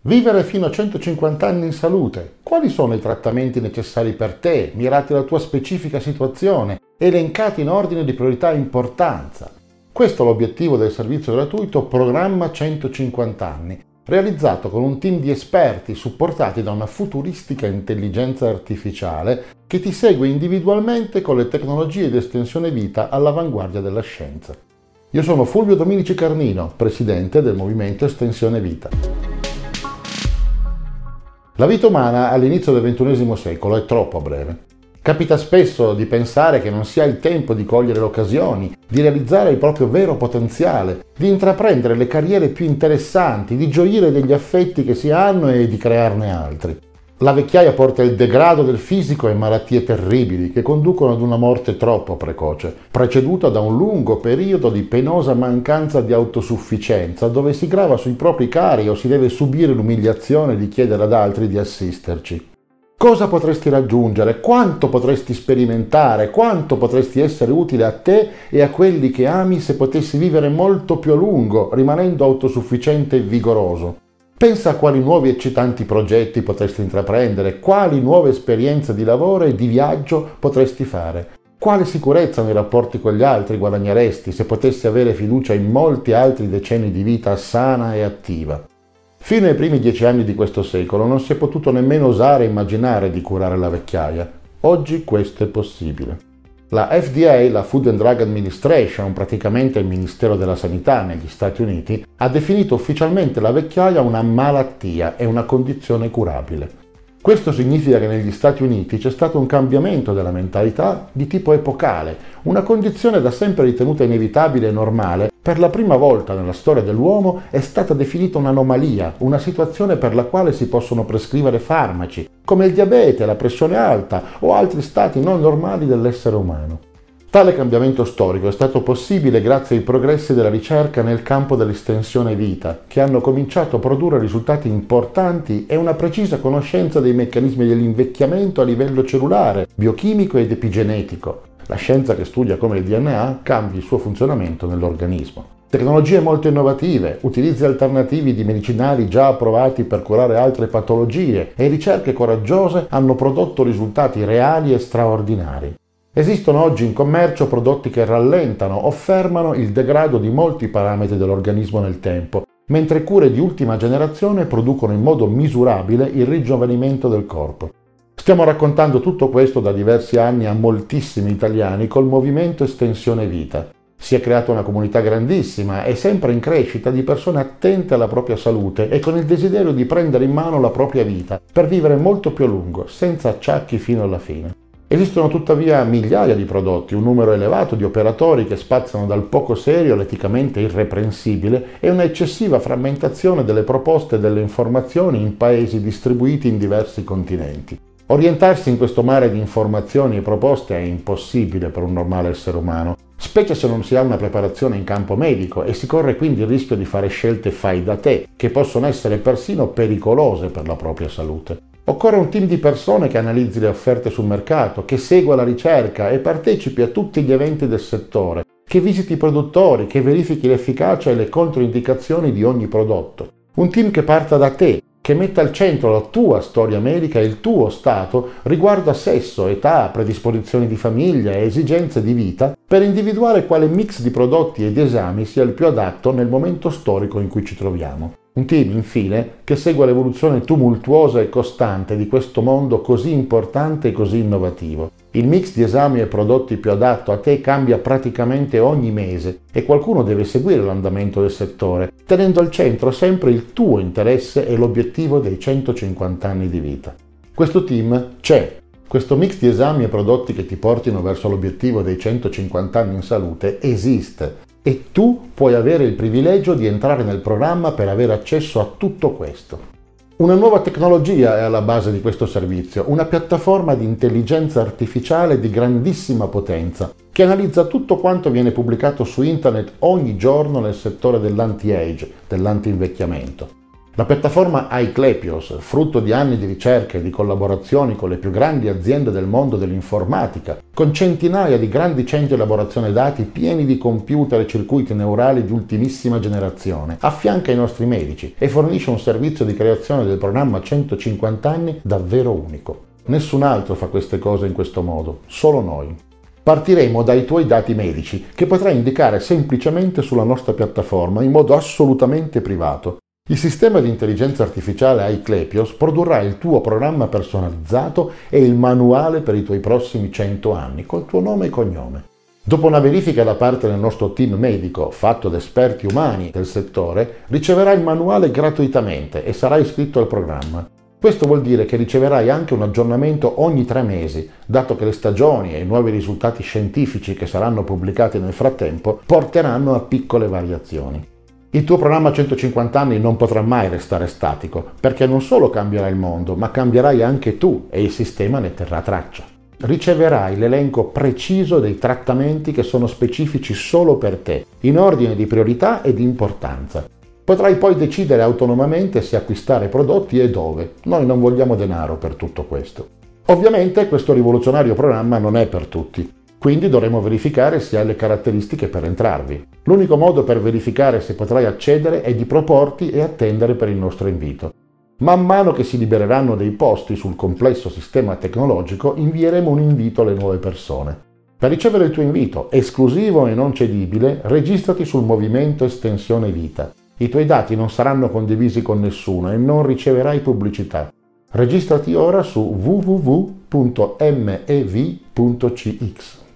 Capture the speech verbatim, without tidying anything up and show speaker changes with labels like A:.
A: Vivere fino a centocinquanta anni in salute. Quali sono i trattamenti necessari per te, mirati alla tua specifica situazione, elencati in ordine di priorità e importanza? Questo è l'obiettivo del servizio gratuito Programma centocinquanta anni, realizzato con un team di esperti supportati da una futuristica intelligenza artificiale che ti segue individualmente con le tecnologie di estensione vita all'avanguardia della scienza. Io sono Fulvio Dominici Carnino, presidente del Movimento Estensione Vita. La vita umana all'inizio del ventunesimo secolo è troppo breve. Capita spesso di pensare che non si ha il tempo di cogliere le occasioni, di realizzare il proprio vero potenziale, di intraprendere le carriere più interessanti, di gioire degli affetti che si hanno e di crearne altri. La vecchiaia porta il degrado del fisico e malattie terribili che conducono ad una morte troppo precoce, preceduta da un lungo periodo di penosa mancanza di autosufficienza, dove si grava sui propri cari o si deve subire l'umiliazione di chiedere ad altri di assisterci. Cosa potresti raggiungere? Quanto potresti sperimentare? Quanto potresti essere utile a te e a quelli che ami se potessi vivere molto più a lungo, rimanendo autosufficiente e vigoroso? Pensa a quali nuovi eccitanti progetti potresti intraprendere, quali nuove esperienze di lavoro e di viaggio potresti fare, quale sicurezza nei rapporti con gli altri guadagneresti se potessi avere fiducia in molti altri decenni di vita sana e attiva. Fino ai primi dieci anni di questo secolo non si è potuto nemmeno osare immaginare di curare la vecchiaia. Oggi questo è possibile. La F D A, la Food and Drug Administration, praticamente il Ministero della Sanità negli Stati Uniti, ha definito ufficialmente la vecchiaia una malattia e una condizione curabile. Questo significa che negli Stati Uniti c'è stato un cambiamento della mentalità di tipo epocale, una condizione da sempre ritenuta inevitabile e normale. Per la prima volta nella storia dell'uomo è stata definita un'anomalia, una situazione per la quale si possono prescrivere farmaci, come il diabete, la pressione alta o altri stati non normali dell'essere umano. Tale cambiamento storico è stato possibile grazie ai progressi della ricerca nel campo dell'estensione vita, che hanno cominciato a produrre risultati importanti e una precisa conoscenza dei meccanismi dell'invecchiamento a livello cellulare, biochimico ed epigenetico, la scienza che studia come il D N A cambi il suo funzionamento nell'organismo. Tecnologie molto innovative, utilizzi alternativi di medicinali già approvati per curare altre patologie e ricerche coraggiose hanno prodotto risultati reali e straordinari. Esistono oggi in commercio prodotti che rallentano o fermano il degrado di molti parametri dell'organismo nel tempo, mentre cure di ultima generazione producono in modo misurabile il ringiovanimento del corpo. Stiamo raccontando tutto questo da diversi anni a moltissimi italiani col movimento Estensione Vita. Si è creata una comunità grandissima e sempre in crescita di persone attente alla propria salute e con il desiderio di prendere in mano la propria vita per vivere molto più a lungo, senza acciacchi fino alla fine. Esistono tuttavia migliaia di prodotti, un numero elevato di operatori che spaziano dal poco serio all'eticamente irreprensibile e una eccessiva frammentazione delle proposte e delle informazioni in paesi distribuiti in diversi continenti. Orientarsi in questo mare di informazioni e proposte è impossibile per un normale essere umano, specie se non si ha una preparazione in campo medico e si corre quindi il rischio di fare scelte fai da te, che possono essere persino pericolose per la propria salute. Occorre un team di persone che analizzi le offerte sul mercato, che segua la ricerca e partecipi a tutti gli eventi del settore, che visiti i produttori, che verifichi l'efficacia e le controindicazioni di ogni prodotto. Un team che parta da te, che metta al centro la tua storia medica e il tuo stato riguardo a sesso, età, predisposizioni di famiglia e esigenze di vita per individuare quale mix di prodotti e di esami sia il più adatto nel momento storico in cui ci troviamo. Un team, infine, che segua l'evoluzione tumultuosa e costante di questo mondo così importante e così innovativo. Il mix di esami e prodotti più adatto a te cambia praticamente ogni mese e qualcuno deve seguire l'andamento del settore, tenendo al centro sempre il tuo interesse e l'obiettivo dei centocinquanta anni di vita. Questo team c'è. Questo mix di esami e prodotti che ti portino verso l'obiettivo dei centocinquanta anni in salute esiste. E tu puoi avere il privilegio di entrare nel programma per avere accesso a tutto questo. Una nuova tecnologia è alla base di questo servizio, una piattaforma di intelligenza artificiale di grandissima potenza che analizza tutto quanto viene pubblicato su internet ogni giorno nel settore dell'anti-age, dell'anti-invecchiamento. La piattaforma Asclepios, frutto di anni di ricerche e di collaborazioni con le più grandi aziende del mondo dell'informatica, con centinaia di grandi centri di elaborazione dati pieni di computer e circuiti neurali di ultimissima generazione, affianca i nostri medici e fornisce un servizio di creazione del programma centocinquanta anni davvero unico. Nessun altro fa queste cose in questo modo, solo noi. Partiremo dai tuoi dati medici, che potrai indicare semplicemente sulla nostra piattaforma in modo assolutamente privato. Il sistema di intelligenza artificiale Asclepios produrrà il tuo programma personalizzato e il manuale per i tuoi prossimi cento anni, col tuo nome e cognome. Dopo una verifica da parte del nostro team medico, fatto da esperti umani del settore, riceverai il manuale gratuitamente e sarai iscritto al programma. Questo vuol dire che riceverai anche un aggiornamento ogni tre mesi, dato che le stagioni e i nuovi risultati scientifici che saranno pubblicati nel frattempo porteranno a piccole variazioni. Il tuo programma centocinquanta anni non potrà mai restare statico, perché non solo cambierà il mondo, ma cambierai anche tu e il sistema ne terrà traccia. Riceverai l'elenco preciso dei trattamenti che sono specifici solo per te, in ordine di priorità e di importanza. Potrai poi decidere autonomamente se acquistare prodotti e dove. Noi non vogliamo denaro per tutto questo. Ovviamente questo rivoluzionario programma non è per tutti. Quindi dovremo verificare se hai le caratteristiche per entrarvi. L'unico modo per verificare se potrai accedere è di proporti e attendere per il nostro invito. Man mano che si libereranno dei posti sul complesso sistema tecnologico, invieremo un invito alle nuove persone. Per ricevere il tuo invito, esclusivo e non cedibile, registrati sul movimento Estensione Vita. I tuoi dati non saranno condivisi con nessuno e non riceverai pubblicità. Registrati ora su w w w punto mev punto c x.